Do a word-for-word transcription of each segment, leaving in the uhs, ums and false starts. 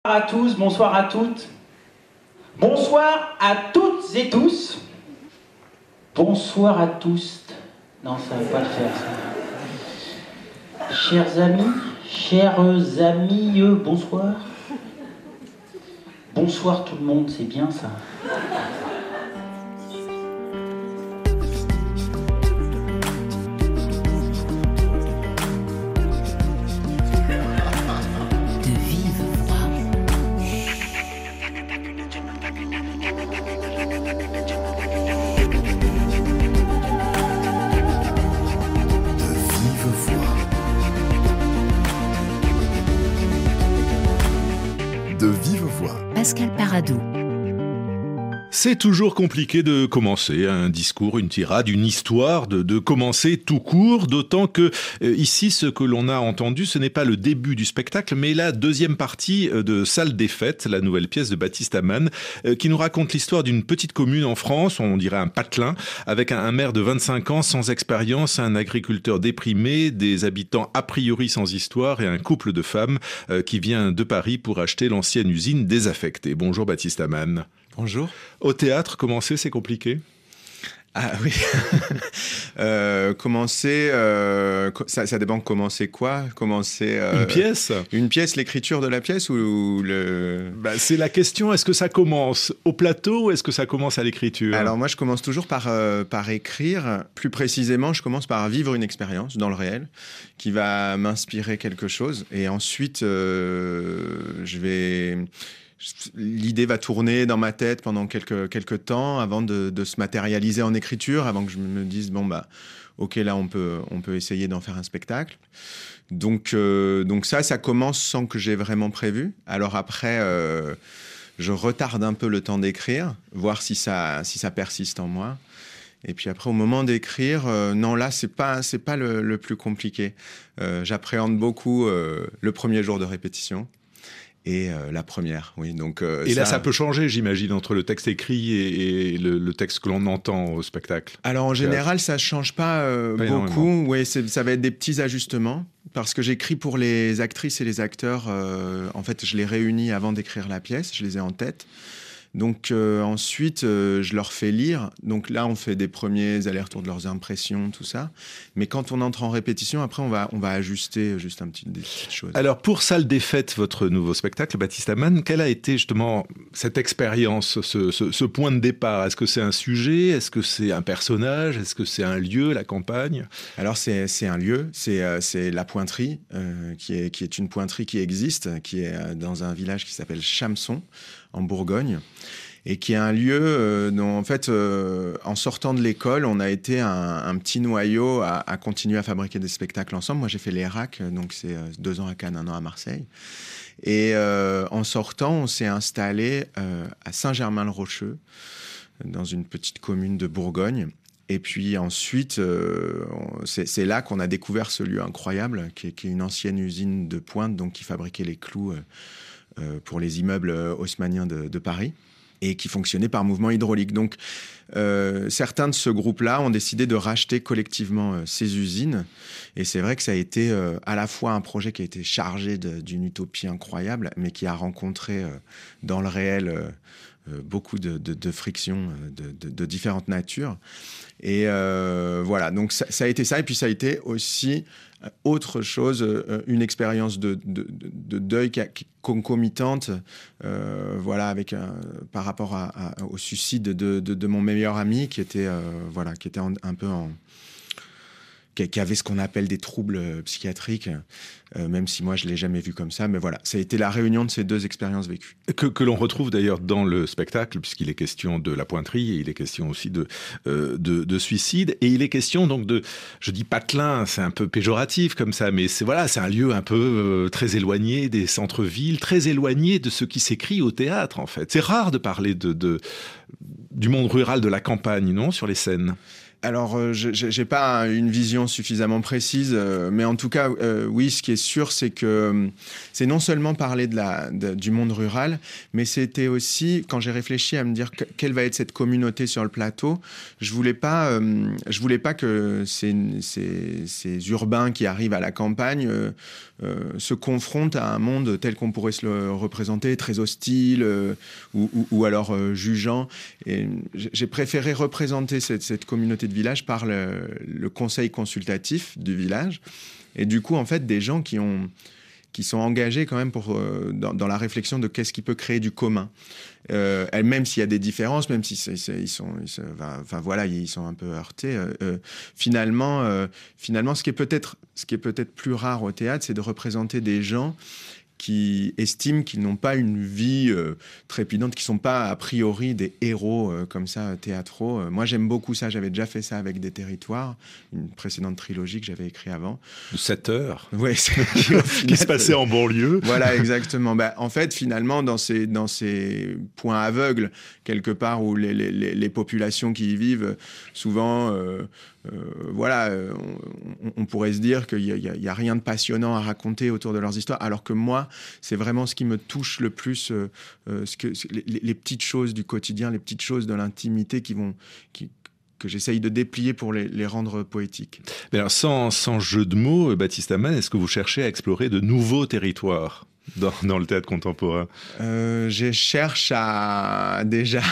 Bonsoir à tous, bonsoir à toutes. Bonsoir à toutes et tous. Bonsoir à tous. Non, ça va pas le faire, ça. Chers amis, chers amis, euh, bonsoir. Bonsoir tout le monde, c'est bien ça. Pascal Paradou. C'est toujours compliqué de commencer un discours, une tirade, une histoire, de, de commencer tout court, d'autant que euh, ici, ce que l'on a entendu, ce n'est pas le début du spectacle, mais la deuxième partie de Salle des Fêtes, la nouvelle pièce de Baptiste Amann, euh, qui nous raconte l'histoire d'une petite commune en France, on dirait un patelin, avec un, un maire de vingt-cinq ans sans expérience, un agriculteur déprimé, des habitants a priori sans histoire et un couple de femmes euh, qui vient de Paris pour acheter l'ancienne usine désaffectée. Bonjour Baptiste Amann. Bonjour. Au théâtre, commencer, c'est compliqué ? Ah oui. euh, commencer, euh, ça, ça dépend. Commencer quoi ? Commencer euh, une pièce. Une pièce, l'écriture de la pièce ou, ou le. Bah, c'est la question. Est-ce que ça commence au plateau ou est-ce que ça commence à l'écriture ? Alors moi, je commence toujours par euh, par écrire. Plus précisément, je commence par vivre une expérience dans le réel qui va m'inspirer quelque chose, et ensuite euh, je vais. L'idée va tourner dans ma tête pendant quelques, quelques temps avant de, de se matérialiser en écriture, avant que je me dise, bon, bah, ok, là, on peut, on peut essayer d'en faire un spectacle. Donc, euh, donc ça, ça commence sans que j'ai vraiment prévu. Alors après, euh, je retarde un peu le temps d'écrire, voir si ça, si ça persiste en moi. Et puis après, au moment d'écrire, euh, non, là, c'est pas, c'est pas le, le plus compliqué. Euh, j'appréhende beaucoup euh, le premier jour de répétition. Et euh, la première, oui. Donc, euh, et ça... là, ça peut changer, j'imagine, entre le texte écrit et, et le, le texte que l'on entend au spectacle. Alors, en général, ça ne change pas, euh, pas beaucoup. Oui, c'est, ça va être des petits ajustements. Parce que j'écris pour les actrices et les acteurs. Euh, en fait, je les réunis avant d'écrire la pièce. Je les ai en tête. Donc euh, ensuite, euh, je leur fais lire. Donc là, on fait des premiers allers-retours de leurs impressions, tout ça. Mais quand on entre en répétition, après, on va, on va ajuster juste un petit, des petites choses. Alors, pour Salle des Fêtes, votre nouveau spectacle, Baptiste Amann, quelle a été justement cette expérience, ce, ce, ce point de départ ? Est-ce que c'est un sujet ? Est-ce que c'est un personnage ? Est-ce que c'est un lieu, la campagne ? Alors, c'est, c'est un lieu. C'est, euh, c'est la Pointerie, euh, qui est, qui est une pointerie qui existe, qui est dans un village qui s'appelle Chamson, en Bourgogne, et qui est un lieu euh, dont, en fait, euh, en sortant de l'école, on a été un, un petit noyau à, à continuer à fabriquer des spectacles ensemble. Moi, j'ai fait l'E R A C, donc c'est euh, deux ans à Cannes, un an à Marseille. Et euh, en sortant, on s'est installé euh, à Saint-Germain-le-Rocheux, dans une petite commune de Bourgogne. Et puis ensuite, euh, c'est, c'est là qu'on a découvert ce lieu incroyable, qui est, qui est une ancienne usine de pointe, donc qui fabriquait les clous euh, euh, pour les immeubles haussmanniens de, de Paris, et qui fonctionnait par mouvement hydraulique. Donc, euh, certains de ce groupe-là ont décidé de racheter collectivement euh, ces usines. Et c'est vrai que ça a été euh, à la fois un projet qui a été chargé de, d'une utopie incroyable, mais qui a rencontré euh, dans le réel euh, euh, beaucoup de, de, de frictions de, de, de différentes natures. Et euh, voilà, donc ça, ça a été ça. Et puis ça a été aussi autre chose, euh, une expérience de, de, de, de deuil qui, qui concomitante, euh, voilà, avec un, par rapport à, à, au suicide de, de, de mon meilleur ami qui était, euh, voilà, qui était en, un peu en... qui avait ce qu'on appelle des troubles psychiatriques, euh, même si moi je l'ai jamais vu comme ça, mais voilà, ça a été la réunion de ces deux expériences vécues. Que, que l'on retrouve d'ailleurs dans le spectacle, puisqu'il est question de la pointerie, et il est question aussi de, euh, de, de suicide, et il est question donc de, je dis patelin, c'est un peu péjoratif comme ça, mais c'est, voilà, c'est un lieu un peu euh, très éloigné des centres-villes, très éloigné de ce qui s'écrit au théâtre en fait. C'est rare de parler de, de, du monde rural, de la campagne, non, sur les scènes ? Alors, euh, je n'ai pas une vision suffisamment précise, euh, mais en tout cas, euh, oui, ce qui est sûr, c'est que euh, c'est non seulement parler de la, de, du monde rural, mais c'était aussi, quand j'ai réfléchi à me dire que, quelle va être cette communauté sur le plateau, je voulais pas, euh, je voulais pas que ces, ces, ces urbains qui arrivent à la campagne euh, euh, se confrontent à un monde tel qu'on pourrait se le représenter, très hostile euh, ou, ou, ou alors euh, jugeant. Et j'ai préféré représenter cette, cette communauté de village par le, le conseil consultatif du village. Et du coup, en fait, des gens qui, ont, qui sont engagés quand même pour, euh, dans, dans la réflexion de qu'est-ce qui peut créer du commun. Euh, même s'il y a des différences, même si c'est, c'est, ils sont, ils sont, enfin voilà, ils sont un peu heurtés. Euh, euh, finalement, euh, finalement, ce qui est peut-être, ce qui est peut-être plus rare au théâtre, c'est de représenter des gens qui estiment qu'ils n'ont pas une vie euh, trépidante, qui ne sont pas a priori des héros euh, comme ça, théâtraux. Euh, moi, j'aime beaucoup ça. J'avais déjà fait ça avec Des Territoires, une précédente trilogie que j'avais écrite avant. De sept heures. Oui, qui, qui se passait en banlieue. Voilà, exactement. Bah, en fait, finalement, dans ces, dans ces points aveugles, quelque part où les, les, les populations qui y vivent, souvent... Euh, Euh, voilà, euh, on, on pourrait se dire qu'il n'y a, a, a rien de passionnant à raconter autour de leurs histoires, alors que moi, c'est vraiment ce qui me touche le plus, euh, euh, ce que, les, les petites choses du quotidien, les petites choses de l'intimité qui vont... Qui, que j'essaye de déplier pour les, les rendre poétiques. Mais alors, sans, sans jeu de mots, Baptiste Hamane, est-ce que vous cherchez à explorer de nouveaux territoires dans, dans le théâtre contemporain? euh, Je cherche à déjà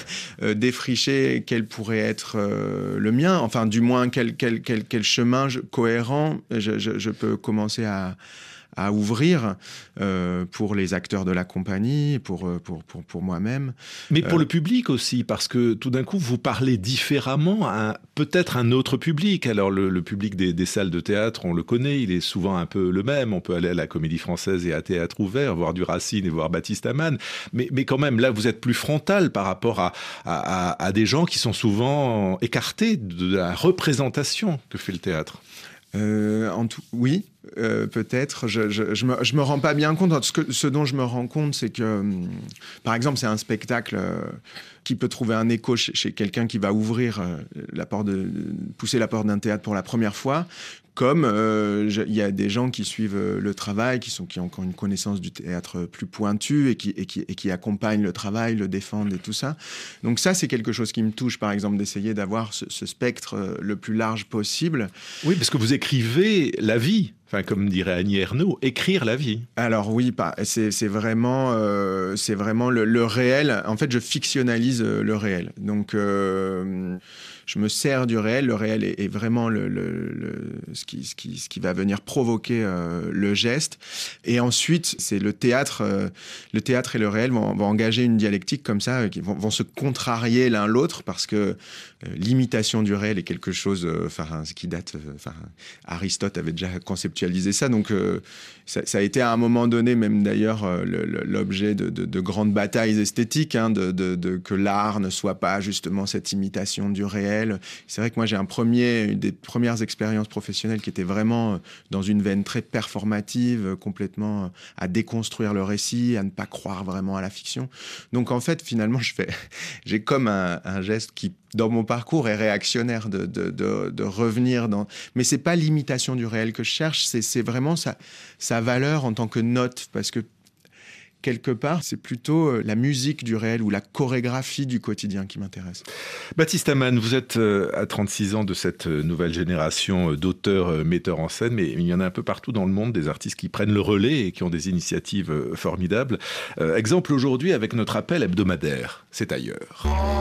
défricher quel pourrait être euh, le mien, enfin du moins quel, quel, quel, quel chemin je, cohérent je, je, je peux commencer à... à ouvrir euh, pour les acteurs de la compagnie, pour, pour, pour, pour moi-même. Mais pour euh, le public aussi, parce que tout d'un coup, vous parlez différemment à peut-être un autre public. Alors, le, le public des, des salles de théâtre, on le connaît, il est souvent un peu le même. On peut aller à la Comédie Française et à Théâtre Ouvert, voir du Racine et voir Baptiste Hamane. Mais, mais quand même, là, vous êtes plus frontal par rapport à, à, à, à des gens qui sont souvent écartés de la représentation que fait le théâtre. Euh, en tout, oui, euh, peut-être. Je, je, je, me, je me rends pas bien compte. Ce, que, ce dont je me rends compte, c'est que, hum, par exemple, c'est un spectacle euh, qui peut trouver un écho chez, chez quelqu'un qui va ouvrir euh, la porte de, pousser la porte d'un théâtre pour la première fois. Comme il euh, y a des gens qui suivent le travail, qui, sont, qui ont encore une connaissance du théâtre plus pointue et qui, et, qui, et qui accompagnent le travail, le défendent et tout ça. Donc ça, c'est quelque chose qui me touche, par exemple, d'essayer d'avoir ce, ce spectre le plus large possible. Oui, parce que vous écrivez la vie. Enfin, comme dirait Annie Ernaux, écrire la vie. Alors oui, c'est, c'est vraiment, euh, c'est vraiment le, le réel. En fait, je fictionnalise le réel. Donc... Euh, je me sers du réel. Le réel est, est vraiment le, le, le, ce, qui, ce, qui, ce qui va venir provoquer euh, le geste. Et ensuite, c'est le théâtre. Euh, le théâtre et le réel vont, vont engager une dialectique comme ça, euh, qui vont, vont se contrarier l'un l'autre, parce que euh, l'imitation du réel est quelque chose enfin, euh, qui date... Enfin, Aristote avait déjà conceptualisé ça. Donc, euh, ça, ça a été à un moment donné, même d'ailleurs, euh, le, le, l'objet de, de, de grandes batailles esthétiques, hein, de, de, de, que l'art ne soit pas justement cette imitation du réel. C'est vrai que moi, j'ai un premier, une des premières expériences professionnelles qui était vraiment dans une veine très performative, complètement à déconstruire le récit, à ne pas croire vraiment à la fiction. Donc, en fait, finalement, je fais, j'ai comme un, un geste qui, dans mon parcours, est réactionnaire de, de, de, de revenir dans... Mais c'est pas l'imitation du réel que je cherche, c'est, c'est vraiment sa, sa valeur en tant que note, parce que quelque part, c'est plutôt la musique du réel ou la chorégraphie du quotidien qui m'intéresse. Baptiste Hamane, vous êtes à trente-six ans de cette nouvelle génération d'auteurs, metteurs en scène, mais il y en a un peu partout dans le monde, des artistes qui prennent le relais et qui ont des initiatives formidables. Euh, exemple aujourd'hui avec notre appel hebdomadaire, c'est ailleurs.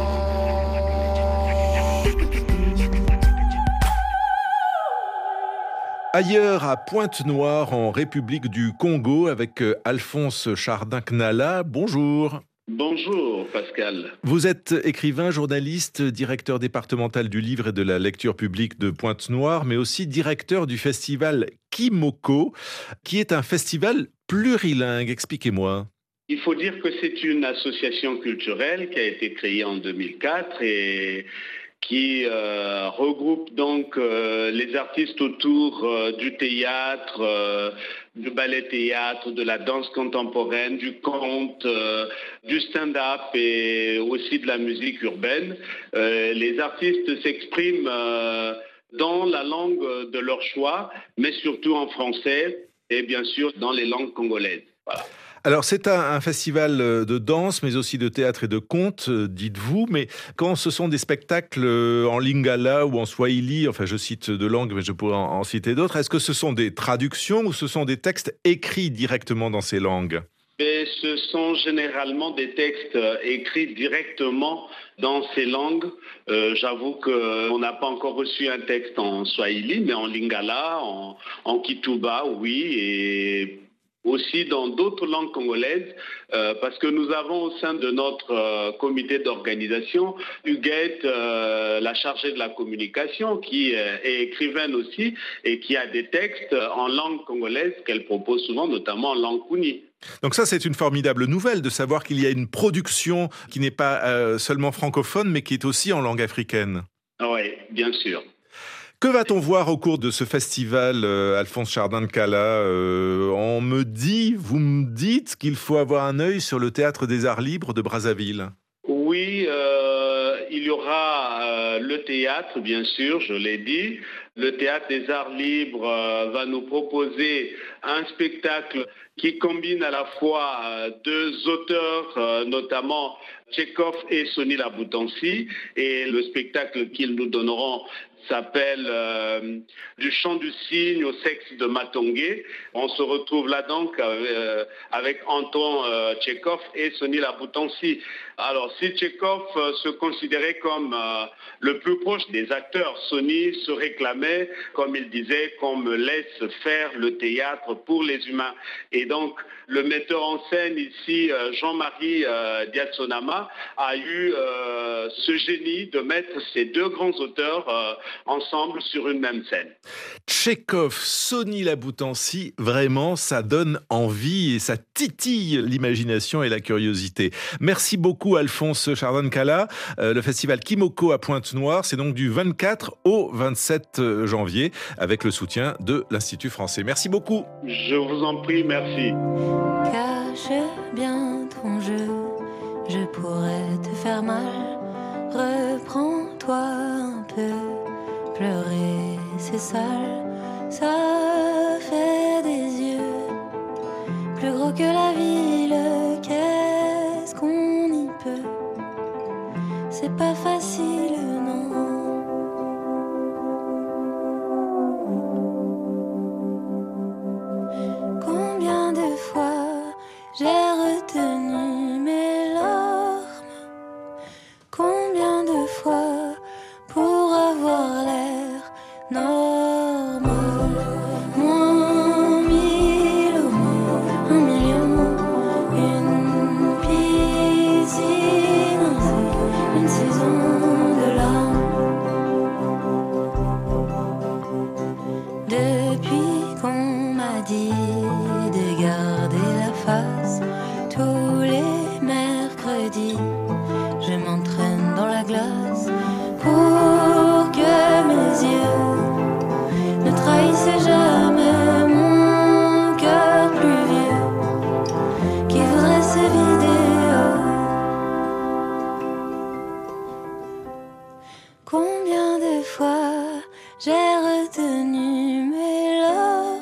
Ailleurs, à Pointe-Noire, en République du Congo, avec Alphonse Chardin-Knala. Bonjour. Bonjour Pascal. Vous êtes écrivain, journaliste, directeur départemental du livre et de la lecture publique de Pointe-Noire, mais aussi directeur du festival Kimoko, qui est un festival plurilingue. Expliquez-moi. Il faut dire que c'est une association culturelle qui a été créée en deux mille quatre et qui euh, regroupe donc euh, les artistes autour euh, du théâtre, euh, du ballet-théâtre, de la danse contemporaine, du conte, euh, du stand-up et aussi de la musique urbaine. Euh, les artistes s'expriment euh, dans la langue de leur choix, mais surtout en français et bien sûr dans les langues congolaises. Voilà. Alors, c'est un, un festival de danse, mais aussi de théâtre et de conte, euh, dites-vous. Mais quand ce sont des spectacles en lingala ou en swahili, enfin, je cite deux langues, mais je pourrais en, en citer d'autres, est-ce que ce sont des traductions ou ce sont des textes écrits directement dans ces langues ? Et ce sont généralement des textes écrits directement dans ces langues. Euh, j'avoue qu'on n'a pas encore reçu un texte en swahili, mais en lingala, en, en kituba, oui, et aussi dans d'autres langues congolaises, euh, parce que nous avons au sein de notre euh, comité d'organisation Huguette, euh, la chargée de la communication, qui euh, est écrivaine aussi et qui a des textes en langue congolaise qu'elle propose souvent, notamment en langue kouni. Donc ça, c'est une formidable nouvelle de savoir qu'il y a une production qui n'est pas euh, seulement francophone, mais qui est aussi en langue africaine. Oui, bien sûr. Que va-t-on voir au cours de ce festival, euh, Alphonse Chardin-Cala ? euh, On me dit, vous me dites qu'il faut avoir un œil sur le Théâtre des Arts Libres de Brazzaville. Oui, euh, il y aura euh, le théâtre, bien sûr, je l'ai dit. Le Théâtre des Arts Libres euh, va nous proposer un spectacle qui combine à la fois euh, deux auteurs, euh, notamment Tchekhov et Sonny Laboutansi. Et le spectacle qu'ils nous donneront s'appelle euh, Du chant du cygne au sexe de Matongé. On se retrouve là donc euh, avec Anton euh, Tchekhov et Sonny Laboutansi. Alors si Tchekhov euh, se considérait comme euh, le plus proche des acteurs, Sonny se réclamait, comme il disait, qu'on me laisse faire le théâtre pour les humains. Et donc le metteur en scène ici, euh, Jean-Marie euh, Diatsonama, a eu euh, ce génie de mettre ces deux grands auteurs euh, ensemble sur une même scène. Tchekhov, Sonny Laboutansi, vraiment, ça donne envie et ça titille l'imagination et la curiosité. Merci beaucoup Alphonse Chardin-Cala. Euh, le festival Kimoko à Pointe-Noire, c'est donc du vingt-quatre au vingt-sept janvier avec le soutien de l'Institut français. Merci beaucoup. Je vous en prie, merci. Cache bien ton jeu, je pourrais te faire mal. Reprends-toi un peu. Pleurer, c'est sale, ça fait des yeux plus gros que la ville. Qu'est-ce qu'on y peut? C'est pas facile, non. Combien de fois j'ai retenu mes larmes? Combien de fois pour avoir l'air normal? Moins mille au moins un million, une piscine, une saison de larmes. Depuis qu'on m'a dit de garder la face, tous les mercredis, je m'entraîne dans la glace pour que mes yeux ne trahissaient jamais mon cœur plus vieux qui voudrait se vider. Combien de fois j'ai retenu mes larmes?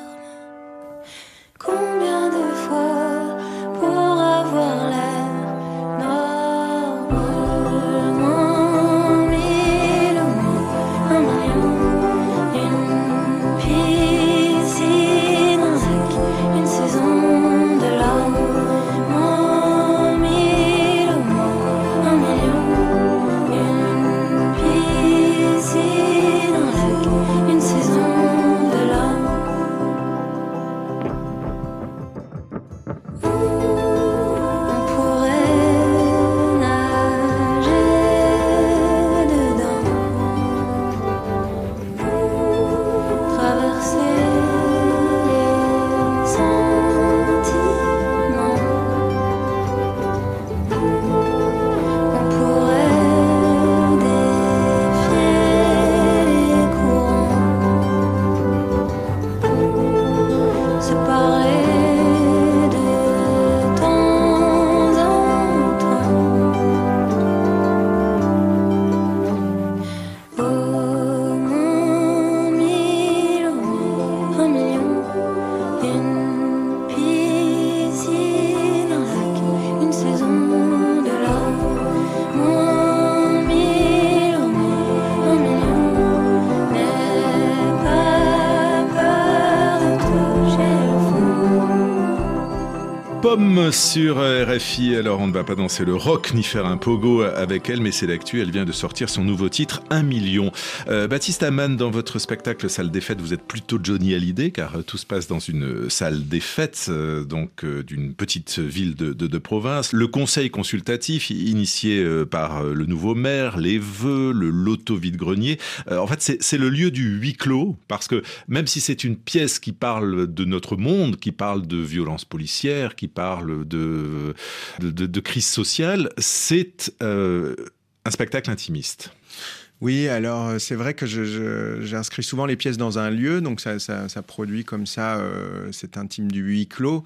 Combien de fois pour avoir l'air normal? Marine sur R F I. Alors on ne va pas danser le rock ni faire un pogo avec elle, mais c'est l'actu. Elle vient de sortir son nouveau titre, un million. Euh, Baptiste Hamane, dans votre spectacle Salle des Fêtes, vous êtes plutôt Johnny Hallyday, car tout se passe dans une salle des fêtes, euh, donc euh, d'une petite ville de, de, de province. Le conseil consultatif, initié euh, par le nouveau maire, les vœux, le loto vide-grenier. Euh, en fait, c'est, c'est le lieu du huis clos, parce que même si c'est une pièce qui parle de notre monde, qui parle de violence policière, qui parle de, de, de, de crise sociale, c'est euh, un spectacle intimiste. Oui, alors c'est vrai que je, je, j'inscris souvent les pièces dans un lieu, donc ça, ça, ça produit comme ça euh, cet intime du huis clos.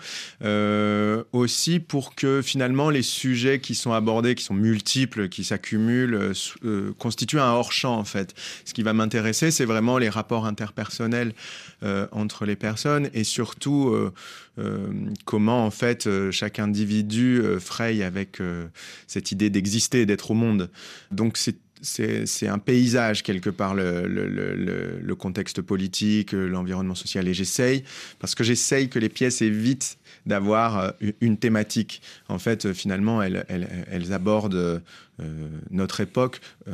Euh, aussi pour que finalement les sujets qui sont abordés, qui sont multiples, qui s'accumulent, euh, constituent un hors-champ en fait. Ce qui va m'intéresser, c'est vraiment les rapports interpersonnels euh, entre les personnes et surtout euh, euh, comment en fait euh, chaque individu euh, fraye avec euh, cette idée d'exister, d'être au monde. Donc c'est C'est, c'est un paysage, quelque part, le, le, le, le contexte politique, l'environnement social. Et j'essaye, parce que j'essaye que les pièces évitent d'avoir une thématique. En fait, finalement, elles, elles, elles abordent euh, notre époque euh,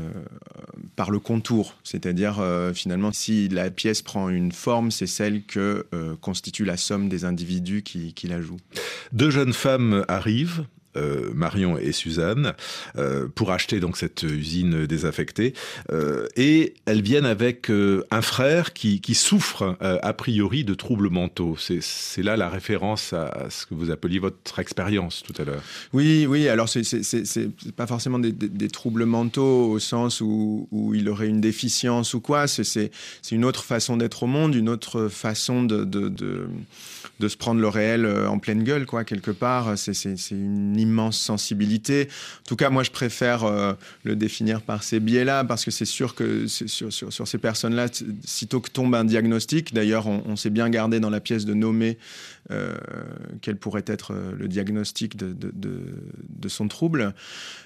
par le contour. C'est-à-dire, euh, finalement, si la pièce prend une forme, c'est celle que euh, constitue la somme des individus qui, qui la jouent. Deux jeunes femmes arrivent. Euh, Marion et Suzanne, euh, pour acheter donc cette usine désaffectée. Euh, et elles viennent avec euh, un frère qui, qui souffre euh, a priori de troubles mentaux. C'est, c'est là la référence à, à ce que vous appeliez votre expérience tout à l'heure. Oui, oui. Alors c'est, c'est, c'est, c'est pas forcément des, des, des troubles mentaux au sens où, où il aurait une déficience ou quoi. C'est, c'est, c'est une autre façon d'être au monde, une autre façon de, de, de, de se prendre le réel en pleine gueule, quoi, quelque part. C'est, c'est, c'est une immense sensibilité. En tout cas, moi, je préfère euh, le définir par ces biais-là, parce que c'est sûr que c'est sur, sur, sur ces personnes-là, t- sitôt que tombe un diagnostic, d'ailleurs, on, on s'est bien gardé dans la pièce de nommer euh, quel pourrait être le diagnostic de, de, de, de son trouble.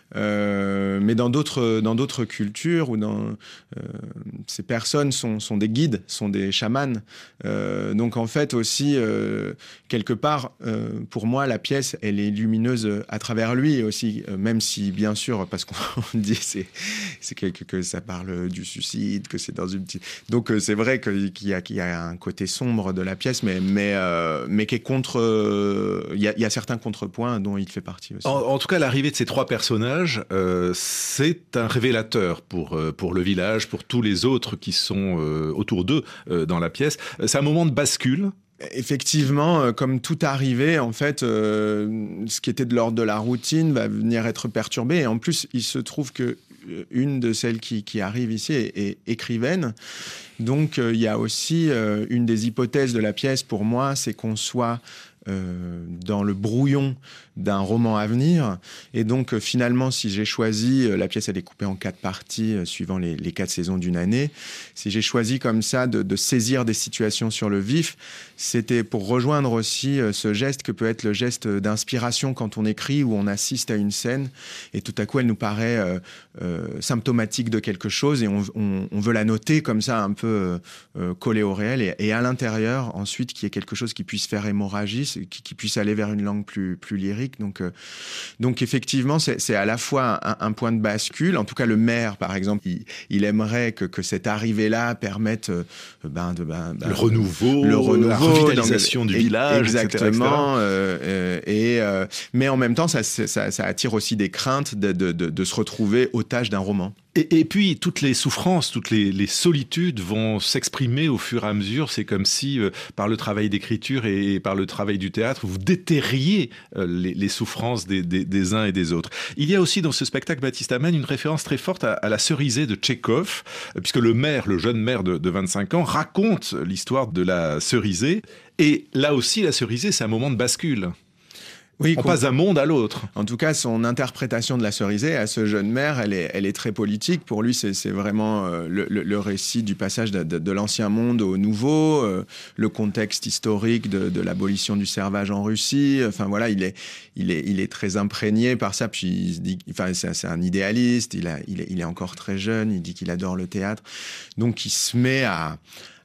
Euh, mais dans d'autres, dans d'autres cultures, où dans, euh, ces personnes sont, sont des guides, sont des chamans. Euh, donc en fait aussi, euh, quelque part, euh, pour moi, la pièce, elle est lumineuse à travers lui aussi, euh, même si, bien sûr, parce qu'on dit c'est, c'est que, que, que ça parle du suicide, que c'est dans une petite... Donc euh, c'est vrai que, qu'il, y a, qu'il y a un côté sombre de la pièce, mais, mais, euh, mais qui est contre... Euh, il, y a, il y a certains contrepoints dont il fait partie aussi. En, en tout cas, l'arrivée de ces trois personnages, Euh, c'est un révélateur pour, euh, pour le village, pour tous les autres qui sont euh, autour d'eux euh, dans la pièce. C'est un moment de bascule. Effectivement, euh, comme tout arrivé, en fait, euh, ce qui était de l'ordre de la routine va venir être perturbé. Et en plus, il se trouve que une de celles qui, qui arrive ici est, est écrivaine. Donc, euh, il y a aussi euh, une des hypothèses de la pièce, pour moi, c'est qu'on soit euh, dans le brouillon d'un roman à venir. Et donc, euh, finalement, si j'ai choisi, euh, la pièce, elle est coupée en quatre parties, euh, suivant les, les quatre saisons d'une année. Si j'ai choisi comme ça de, de saisir des situations sur le vif, c'était pour rejoindre aussi euh, ce geste que peut être le geste d'inspiration quand on écrit, où on assiste à une scène et tout à coup, elle nous paraît euh, euh, symptomatique de quelque chose et on, on, on veut la noter comme ça, un peu euh, collée au réel. Et, et à l'intérieur, ensuite, qu'il y ait quelque chose qui puisse faire hémorragie, qui, qui puisse aller vers une langue plus, plus lyrique. Donc, euh, donc effectivement, c'est, c'est à la fois un, un point de bascule. En tout cas, le maire, par exemple, il, il aimerait que, que cette arrivée-là permette euh, ben, de, ben, ben, le renouveau, le renouveau, la revitalisation donc, du village, exactement. et cetera, et cetera. Euh, et euh, mais en même temps, ça, ça, ça attire aussi des craintes de, de, de, de se retrouver otage d'un roman. Et, et puis, toutes les souffrances, toutes les, les solitudes vont s'exprimer au fur et à mesure. C'est comme si, euh, par le travail d'écriture et, et par le travail du théâtre, vous déterriez euh, les, les souffrances des, des, des uns et des autres. Il y a aussi dans ce spectacle, Baptiste Hamane, une référence très forte à, à la Cerisée de Tchekhov, euh, puisque le maire, le jeune maire de, de vingt-cinq ans, raconte l'histoire de la Cerisée. Et là aussi, la Cerisée, c'est un moment de bascule. Oui, on passe d'un monde à l'autre. En tout cas, son interprétation de la Cerisée à ce jeune maire, elle est, elle est très politique. Pour lui, c'est, c'est vraiment euh, le, le, le récit du passage de, de, de l'ancien monde au nouveau, euh, le contexte historique de, de l'abolition du servage en Russie. Enfin voilà, il est, il est, il est très imprégné par ça. Puis il se dit, enfin c'est, c'est un idéaliste. Il a, il est, il est encore très jeune. Il dit qu'il adore le théâtre. Donc il se met à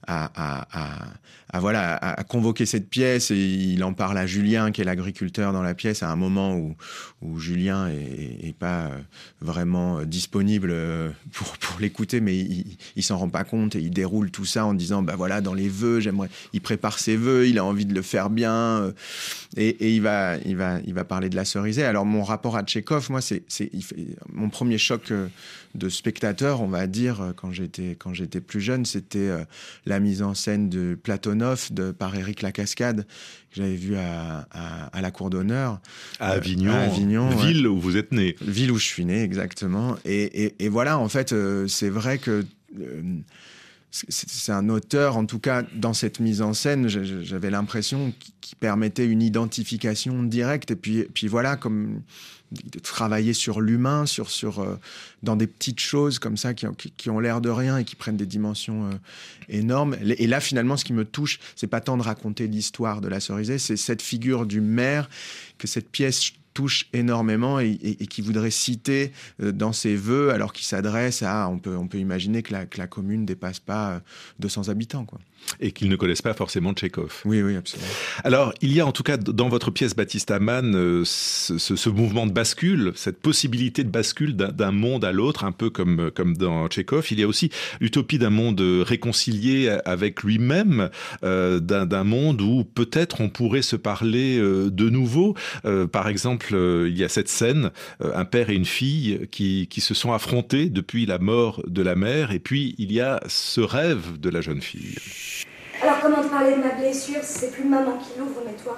à, à, à, à, voilà, à, à convoquer cette pièce, et il en parle à Julien, qui est l'agriculteur dans la pièce, à un moment où, où Julien est, est pas vraiment disponible pour, pour l'écouter, mais il, il s'en rend pas compte, et il déroule tout ça en disant, bah voilà, dans les vœux, j'aimerais, il prépare ses vœux, il a envie de le faire bien, et, et il va, il va, il va parler de la cerisée. Alors, mon rapport à Tchekhov, moi, c'est, c'est il fait, mon premier choc de spectateur, on va dire, quand j'étais, quand j'étais plus jeune, c'était euh, la mise en scène de Platonov de, par Éric Lacascade, que j'avais vu à, à, à la Cour d'honneur. À Avignon, euh, à Avignon ville ouais. où vous êtes né. Ville où je suis né, exactement. Et, et, et voilà, en fait, euh, c'est vrai que... Euh, c'est un auteur, en tout cas, dans cette mise en scène, j'avais l'impression qu'il permettait une identification directe. Et puis, puis voilà, comme de travailler sur l'humain, sur, sur, euh, dans des petites choses comme ça qui, qui, qui ont l'air de rien et qui prennent des dimensions euh, énormes. Et là, finalement, ce qui me touche, c'est pas tant de raconter l'histoire de la cerisée, c'est cette figure du maire, que cette pièce touche énormément et, et, et qui voudrait citer euh, dans ses vœux, alors qu'il s'adresse à, on peut, on peut imaginer que la, que la commune ne dépasse pas euh, deux cents habitants, quoi. Et qu'ils ne connaissent pas forcément Tchekhov. Oui, oui, absolument. Alors, il y a en tout cas dans votre pièce Baptiste Hamane euh, ce, ce, ce mouvement de bascule, cette possibilité de bascule d'un, d'un monde à l'autre, un peu comme, comme dans Tchekhov. Il y a aussi l'utopie d'un monde réconcilié avec lui-même, euh, d'un, d'un monde où peut-être on pourrait se parler euh, de nouveau. Euh, par exemple, euh, il y a cette scène, euh, un père et une fille qui, qui se sont affrontés depuis la mort de la mère, et puis il y a ce rêve de la jeune fille. Alors comment te parler de ma blessure si c'est plus maman qui l'ouvre, mais toi?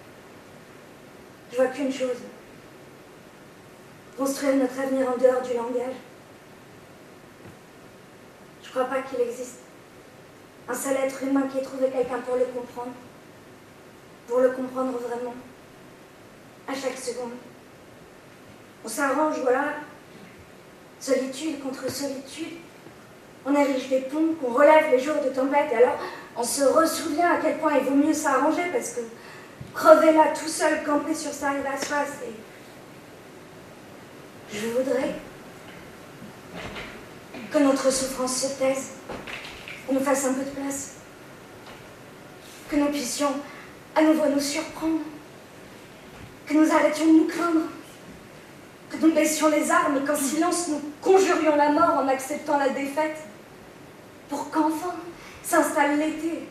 Je vois qu'une chose. Construire notre avenir en dehors du langage. Je crois pas qu'il existe un seul être humain qui ait trouvé quelqu'un pour le comprendre. Pour le comprendre vraiment. À chaque seconde. On s'arrange, voilà. Solitude contre solitude. On érige des ponts, qu'on relève les jours de tempête, et alors on se ressouvient à quel point il vaut mieux s'arranger, parce que crever là tout seul, camper sur sa rive à soi, c'est... Je voudrais que notre souffrance se taise, qu'on nous fasse un peu de place, que nous puissions à nouveau nous surprendre, que nous arrêtions de nous craindre, que nous baissions les armes et qu'en silence nous conjurions la mort en acceptant la défaite, pour qu'enfin s'installe l'été.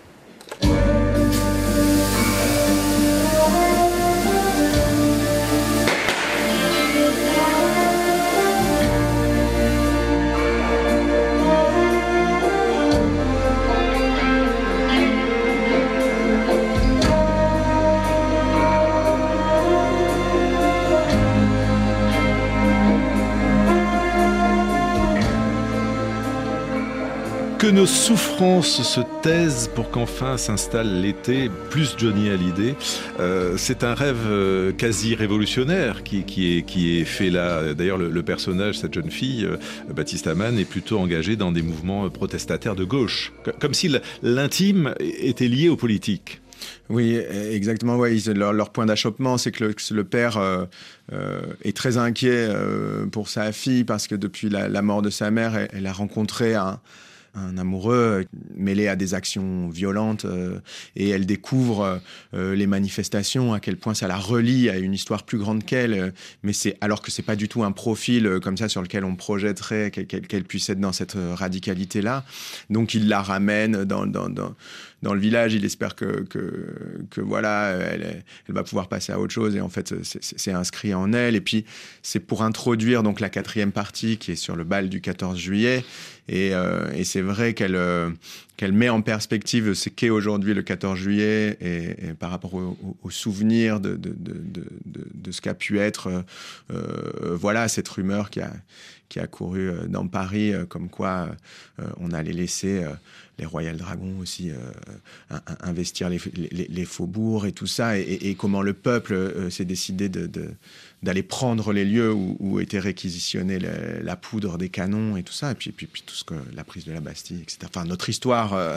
Que nos souffrances se taisent pour qu'enfin s'installe l'été, plus Johnny Hallyday. Euh, c'est un rêve euh, quasi révolutionnaire qui, qui, est, qui est fait là. D'ailleurs, le, le personnage, cette jeune fille, euh, Baptiste Hamane, est plutôt engagé dans des mouvements protestataires de gauche. Comme si l'intime était lié aux politiques. Oui, exactement. Ouais. Leur, leur point d'achoppement, c'est que le, que le père euh, euh, est très inquiet euh, pour sa fille parce que depuis la, la mort de sa mère, elle, elle a rencontré un... un amoureux mêlé à des actions violentes euh, et elle découvre euh, les manifestations, à quel point ça la relie à une histoire plus grande qu'elle, euh, mais c'est, alors que c'est pas du tout un profil euh, comme ça sur lequel on projetterait qu'elle, qu'elle, qu'elle puisse être dans cette radicalité-là. Donc il la ramène dans, dans, dans, dans le village, il espère que, que, que voilà, elle, elle va pouvoir passer à autre chose et en fait c'est, c'est inscrit en elle. Et puis c'est pour introduire donc la quatrième partie qui est sur le bal du quatorze juillet. Et, euh, et c'est vrai qu'elle, euh, qu'elle met en perspective ce qu'est aujourd'hui le quatorze juillet et, et par rapport au, au, au souvenir de, de, de, de, de, de ce qu'a pu être euh, voilà, cette rumeur qui a, qui a couru dans Paris, euh, comme quoi euh, on allait laisser euh, les Royal Dragons aussi euh, investir les, les, les faubourgs et tout ça, et, et, et comment le peuple euh, s'est décidé de... de d'aller prendre les lieux où, où était réquisitionnée la, la poudre des canons et tout ça, et puis, et puis, puis tout ce que la prise de la Bastille, et cetera. Enfin, notre histoire euh,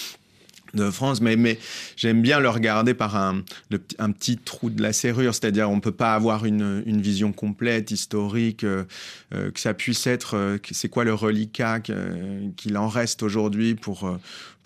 de France, mais, mais j'aime bien le regarder par un, le, un petit trou de la serrure, c'est-à-dire on ne peut pas avoir une, une vision complète, historique, euh, euh, que ça puisse être, euh, c'est quoi le reliquat, que, qu'il en reste aujourd'hui pour... Euh,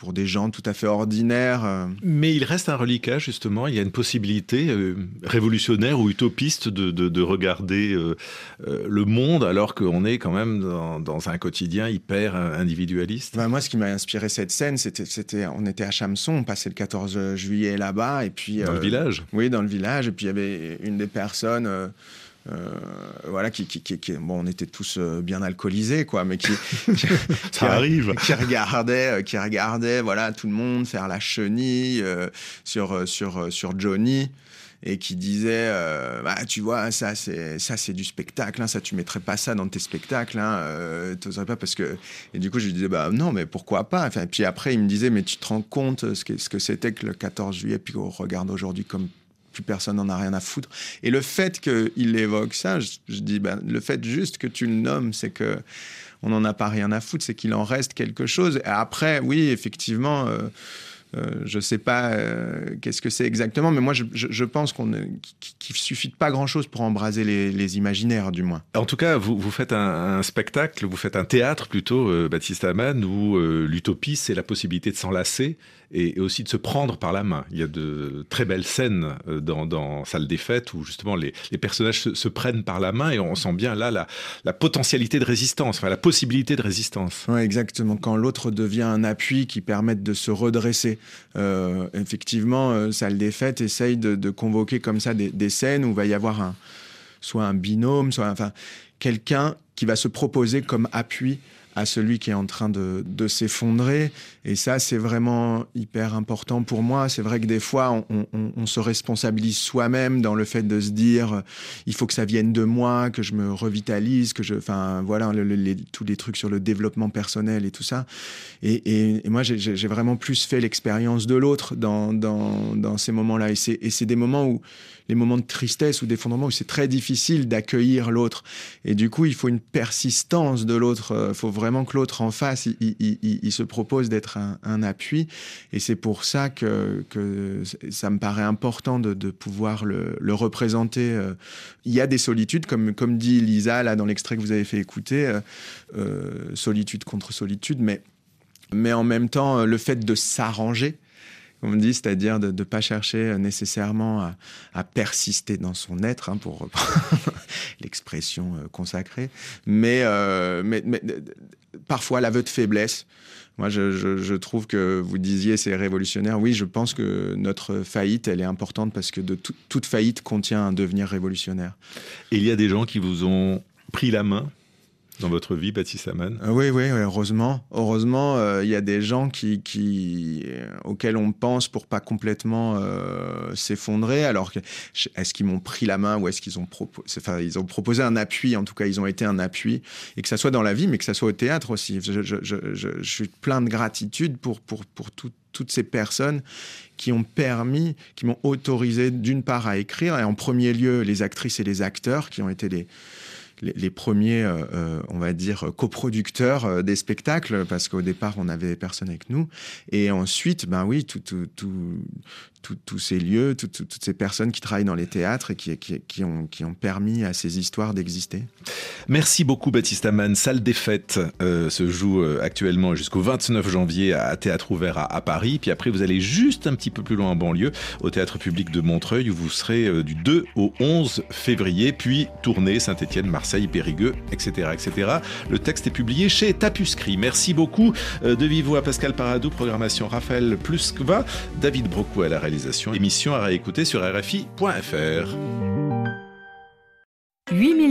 pour des gens tout à fait ordinaires. Euh. Mais il reste un reliquat, justement. Il y a une possibilité euh, révolutionnaire ou utopiste de, de, de regarder euh, euh, le monde alors qu'on est quand même dans, dans un quotidien hyper individualiste. Ben, moi, ce qui m'a inspiré cette scène, c'était, c'était on était à Chamson, on passait le quatorze juillet là-bas. Et puis, dans euh, le village. Oui, dans le village. Et puis, il y avait une des personnes... Euh, Euh, voilà, qui, qui, qui, qui, bon, on était tous euh, bien alcoolisés, quoi, mais qui, qui ça qui, arrive, qui regardait, euh, qui regardait, voilà, tout le monde faire la chenille euh, sur sur sur Johnny. Et qui disait, euh, bah, tu vois, ça c'est ça c'est du spectacle, hein, ça tu mettrais pas ça dans tes spectacles, hein, euh, t'oserais pas parce que. Et du coup je lui disais bah non mais pourquoi pas. Enfin, et puis après il me disait mais tu te rends compte ce que ce que c'était que le quatorze juillet puis qu'on regarde aujourd'hui comme plus personne n'en a rien à foutre. Et le fait qu'il évoque ça, je, je dis, ben, le fait juste que tu le nommes, c'est que on n'en a pas rien à foutre, c'est qu'il en reste quelque chose. Et après, oui, effectivement, euh, euh, je ne sais pas euh, qu'est-ce que c'est exactement, mais moi, je, je, je pense qu'on, qu'il ne suffit de pas grand-chose pour embraser les, les imaginaires, du moins. En tout cas, vous, vous faites un, un spectacle, vous faites un théâtre plutôt, euh, Baptiste Hamane, où euh, l'utopie, c'est la possibilité de s'enlacer et, et aussi de se prendre par la main. Il y a de très belles scènes euh, dans, dans Salle des Fêtes où justement les, les personnages se, se prennent par la main et on sent bien là la, la potentialité de résistance, enfin la possibilité de résistance. Oui, exactement. Quand l'autre devient un appui qui permette de se redresser. Euh, effectivement, euh, Salle des Fêtes essaye de, de convoquer comme ça des, des scènes où il va y avoir un, soit un binôme, soit enfin, quelqu'un qui va se proposer comme appui à celui qui est en train de, de s'effondrer. Et ça, c'est vraiment hyper important pour moi. C'est vrai que des fois, on, on, on se responsabilise soi-même dans le fait de se dire il faut que ça vienne de moi, que je me revitalise, que je... Enfin, voilà, le, le, les, tous les trucs sur le développement personnel et tout ça. Et, et, et moi, j'ai, j'ai vraiment plus fait l'expérience de l'autre dans, dans, dans ces moments-là. Et c'est, et c'est des moments où les moments de tristesse ou d'effondrement où c'est très difficile d'accueillir l'autre. Et du coup, il faut une persistance de l'autre. Il faut vraiment que l'autre en face, il, il, il, il se propose d'être un, un appui. Et c'est pour ça que, que ça me paraît important de, de pouvoir le, le représenter. Il y a des solitudes, comme, comme dit Lisa, là, dans l'extrait que vous avez fait écouter, euh, euh, solitude contre solitude, mais, mais en même temps, le fait de s'arranger, comme on dit, c'est-à-dire de ne pas chercher nécessairement à, à persister dans son être, hein, pour reprendre l'expression euh, consacrée, mais, euh, mais, mais parfois l'aveu de faiblesse. Moi, je, je, je trouve que vous disiez c'est révolutionnaire. Oui, je pense que notre faillite, elle est importante parce que de tout, toute faillite contient un devenir révolutionnaire. Et il y a des gens qui vous ont pris la main dans votre vie, Baptiste Hamane? euh, Oui, oui, oui, heureusement. Heureusement, il euh, y a des gens qui, qui, euh, auxquels on pense pour pas complètement euh, s'effondrer. Alors, que, est-ce qu'ils m'ont pris la main ou est-ce qu'ils ont, propo- enfin, ils ont proposé un appui? En tout cas, ils ont été un appui. Et que ça soit dans la vie, mais que ça soit au théâtre aussi. Je, je, je, je, je suis plein de gratitude pour, pour, pour tout, toutes ces personnes qui ont permis, qui m'ont autorisé d'une part à écrire, et en premier lieu, les actrices et les acteurs qui ont été les... Les, les premiers, euh, on va dire, coproducteurs euh, des spectacles, parce qu'au départ, on n'avait personne avec nous. Et ensuite, ben oui, tous tout, tout, tout, tout ces lieux, tout, tout, toutes ces personnes qui travaillent dans les théâtres et qui, qui, qui, ont, qui ont permis à ces histoires d'exister. Merci beaucoup, Baptiste Hamane. Salle des Fêtes euh, se joue euh, actuellement jusqu'au vingt-neuf janvier à Théâtre Ouvert à, à Paris. Puis après, vous allez juste un petit peu plus loin en banlieue, au Théâtre Public de Montreuil, où vous serez euh, du deux au onze février, puis tournée Saint-Étienne, Marseille, Périgueux, et cetera, et cetera. Le texte est publié chez Tapuscrit. Merci beaucoup euh, de vive voix Pascal Paradou, programmation Raphaël Pluskva, David Brocou à la réalisation. Émission à réécouter sur R F I point F R. huit